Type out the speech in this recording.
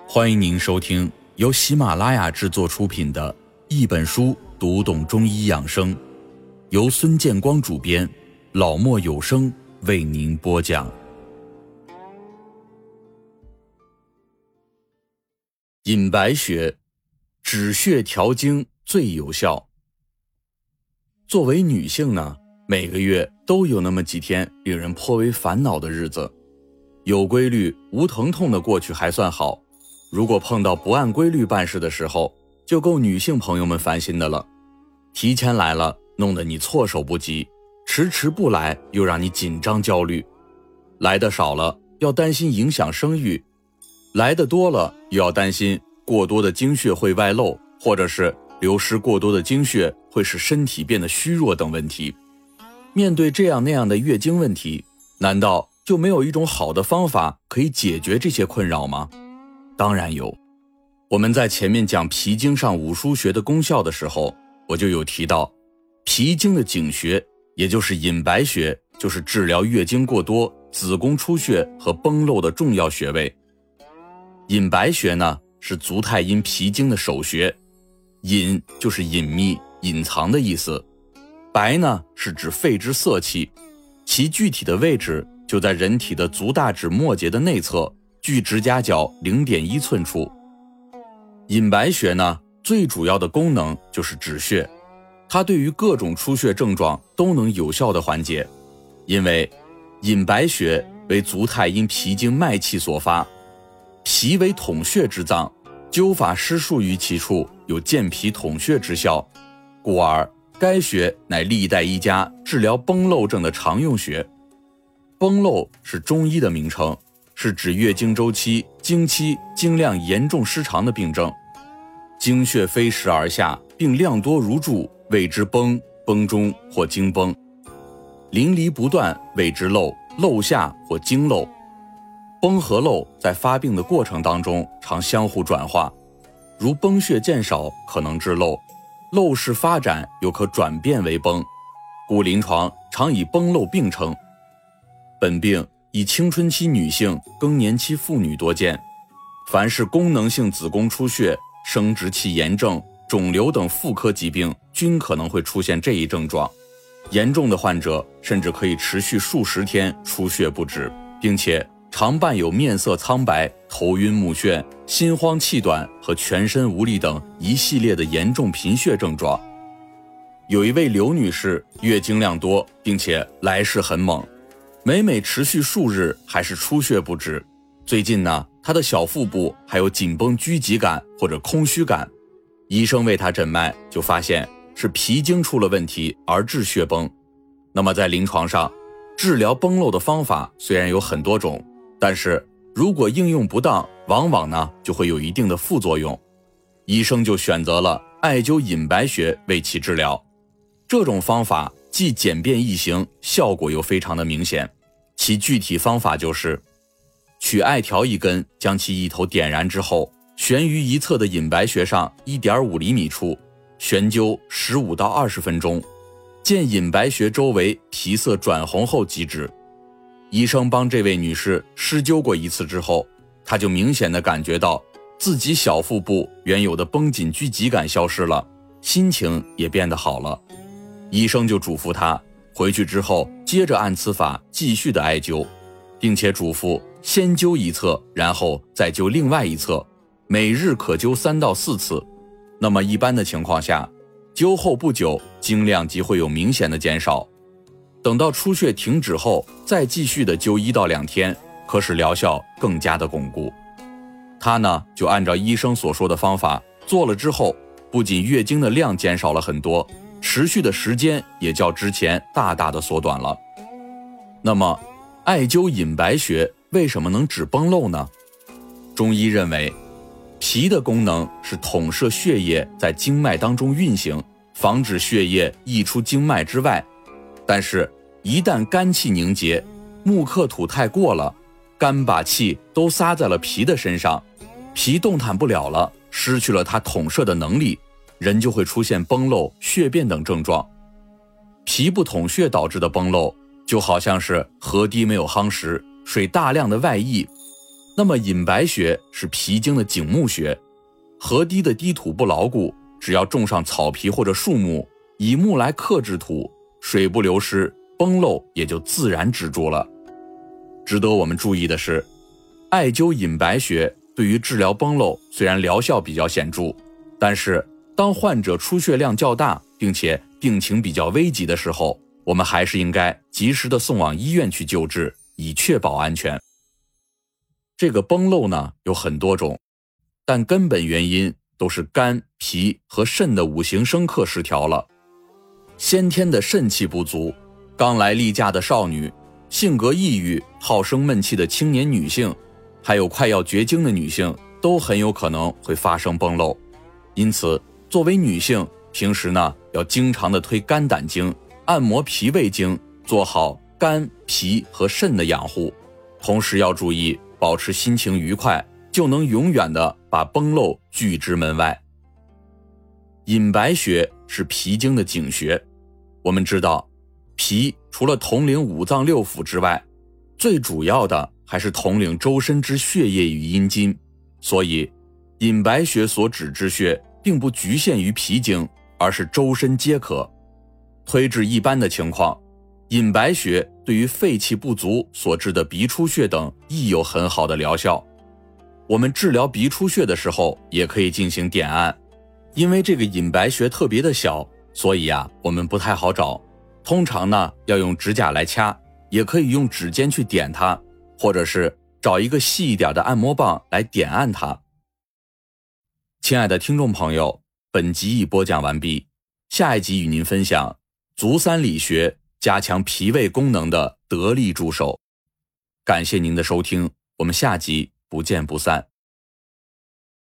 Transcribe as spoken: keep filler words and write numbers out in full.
欢迎您收听由喜马拉雅制作出品的一本书读懂中医养生，由孙建光主编，老墨有声为您播讲。隐白穴，止血调经最有效。作为女性呢，每个月都有那么几天令人颇为烦恼的日子，有规律无疼痛的过去还算好，如果碰到不按规律办事的时候，就够女性朋友们烦心的了。提前来了，弄得你措手不及；迟迟不来，又让你紧张焦虑。来的少了，要担心影响生育；来的多了，又要担心过多的经血会外漏，或者是流失过多的经血会使身体变得虚弱等问题。面对这样那样的月经问题，难道就没有一种好的方法可以解决这些困扰吗？当然有。我们在前面讲脾经上五腧穴的功效的时候，我就有提到，脾经的井穴，也就是隐白穴，就是治疗月经过多、子宫出血和崩漏的重要穴位。隐白穴呢，是足太阴脾经的首穴，隐就是隐秘、隐藏的意思，白呢是指肺之色气，其具体的位置就在人体的足大趾末节的内侧，距指甲角 零点一 寸处。隐白穴呢，最主要的功能就是止血，它对于各种出血症状都能有效的缓解。因为隐白穴为足太阴脾经脉气所发，脾为统血之脏，灸法施术于其处有健脾统血之效，故而该穴乃历代医家治疗崩漏症的常用穴。崩漏是中医的名称，是指月经周期、经期、经量严重失常的病症。经血飞时而下，并量多如注，谓之崩、崩中或经崩；淋漓不断，谓之漏、漏下或经漏。崩和漏在发病的过程当中常相互转化，如崩血渐少可能致漏，漏势发展又可转变为崩，故临床常以崩漏并称。本病以青春期女性、更年期妇女多见，凡是功能性子宫出血、生殖器炎症、肿瘤等妇科疾病均可能会出现这一症状，严重的患者甚至可以持续数十天出血不止，并且常伴有面色苍白、头晕目眩、心慌气短和全身无力等一系列的严重贫血症状。有一位刘女士月经量多，并且来势很猛，每每持续数日还是出血不止。最近呢，她的小腹部还有紧绷拘急感或者空虚感，医生为她诊脉就发现是脾经出了问题而致血崩。那么在临床上，治疗崩漏的方法虽然有很多种，但是如果应用不当，往往呢就会有一定的副作用。医生就选择了艾灸隐白穴为其治疗。这种方法既简便易行，效果又非常的明显。其具体方法就是取艾条一根，将其一头点燃之后，悬于一侧的隐白穴上 一点五厘米处，悬灸十五到二十分钟，见隐白穴周围皮色转红后即止。医生帮这位女士施灸过一次之后，她就明显地感觉到自己小腹部原有的绷紧拘急感消失了，心情也变得好了。医生就嘱咐她回去之后接着按此法继续的艾灸，并且嘱咐先灸一侧，然后再灸另外一侧，每日可灸三到四次。那么一般的情况下，灸后不久，经量即会有明显的减少。等到出血停止后，再继续的灸一到两天，可使疗效更加的巩固。她呢，就按照医生所说的方法做了之后，不仅月经的量减少了很多，持续的时间也较之前大大的缩短了。那么艾灸隐白穴为什么能止崩漏呢？中医认为，脾的功能是统摄血液在经脉当中运行，防止血液溢出经脉之外。但是一旦肝气凝结，木克土太过了，肝把气都撒在了脾的身上，脾动弹不了了，失去了它统摄的能力，人就会出现崩漏、血便等症状。脾不统血导致的崩漏，就好像是河堤没有夯实，水大量的外溢， 那么隐白穴是脾经的井木穴，河堤的堤土不牢固，只要种上草皮或者树木，以木来克制土，水不流失，崩漏也就自然止住了。值得我们注意的是，艾灸隐白穴对于治疗崩漏虽然疗效比较显著，但是当患者出血量较大，并且病情比较危急的时候，我们还是应该及时的送往医院去救治，以确保安全。这个崩漏呢有很多种，但根本原因都是肝、脾和肾的五行生克失调了。先天的肾气不足，刚来例假的少女，性格抑郁、好生闷气的青年女性，还有快要绝经的女性，都很有可能会发生崩漏。因此，作为女性，平时呢要经常的推肝胆经，按摩脾胃经，做好肝、脾和肾的养护，同时要注意保持心情愉快，就能永远的把崩漏拒之门外。隐白穴是脾经的井穴，我们知道，脾除了统领五脏六腑之外，最主要的还是统领周身之血液与阴筋，所以隐白穴所指之穴并不局限于脾经，而是周身皆可。推至一般的情况，隐白穴对于肺气不足所致的鼻出血等亦有很好的疗效。我们治疗鼻出血的时候也可以进行点按，因为这个隐白穴特别的小，所以啊我们不太好找，通常呢要用指甲来掐，也可以用指尖去点它，或者是找一个细一点的按摩棒来点按它。亲爱的听众朋友，本集已播讲完毕，下一集与您分享足三里穴加强脾胃功能的得力助手。感谢您的收听，我们下集不见不散。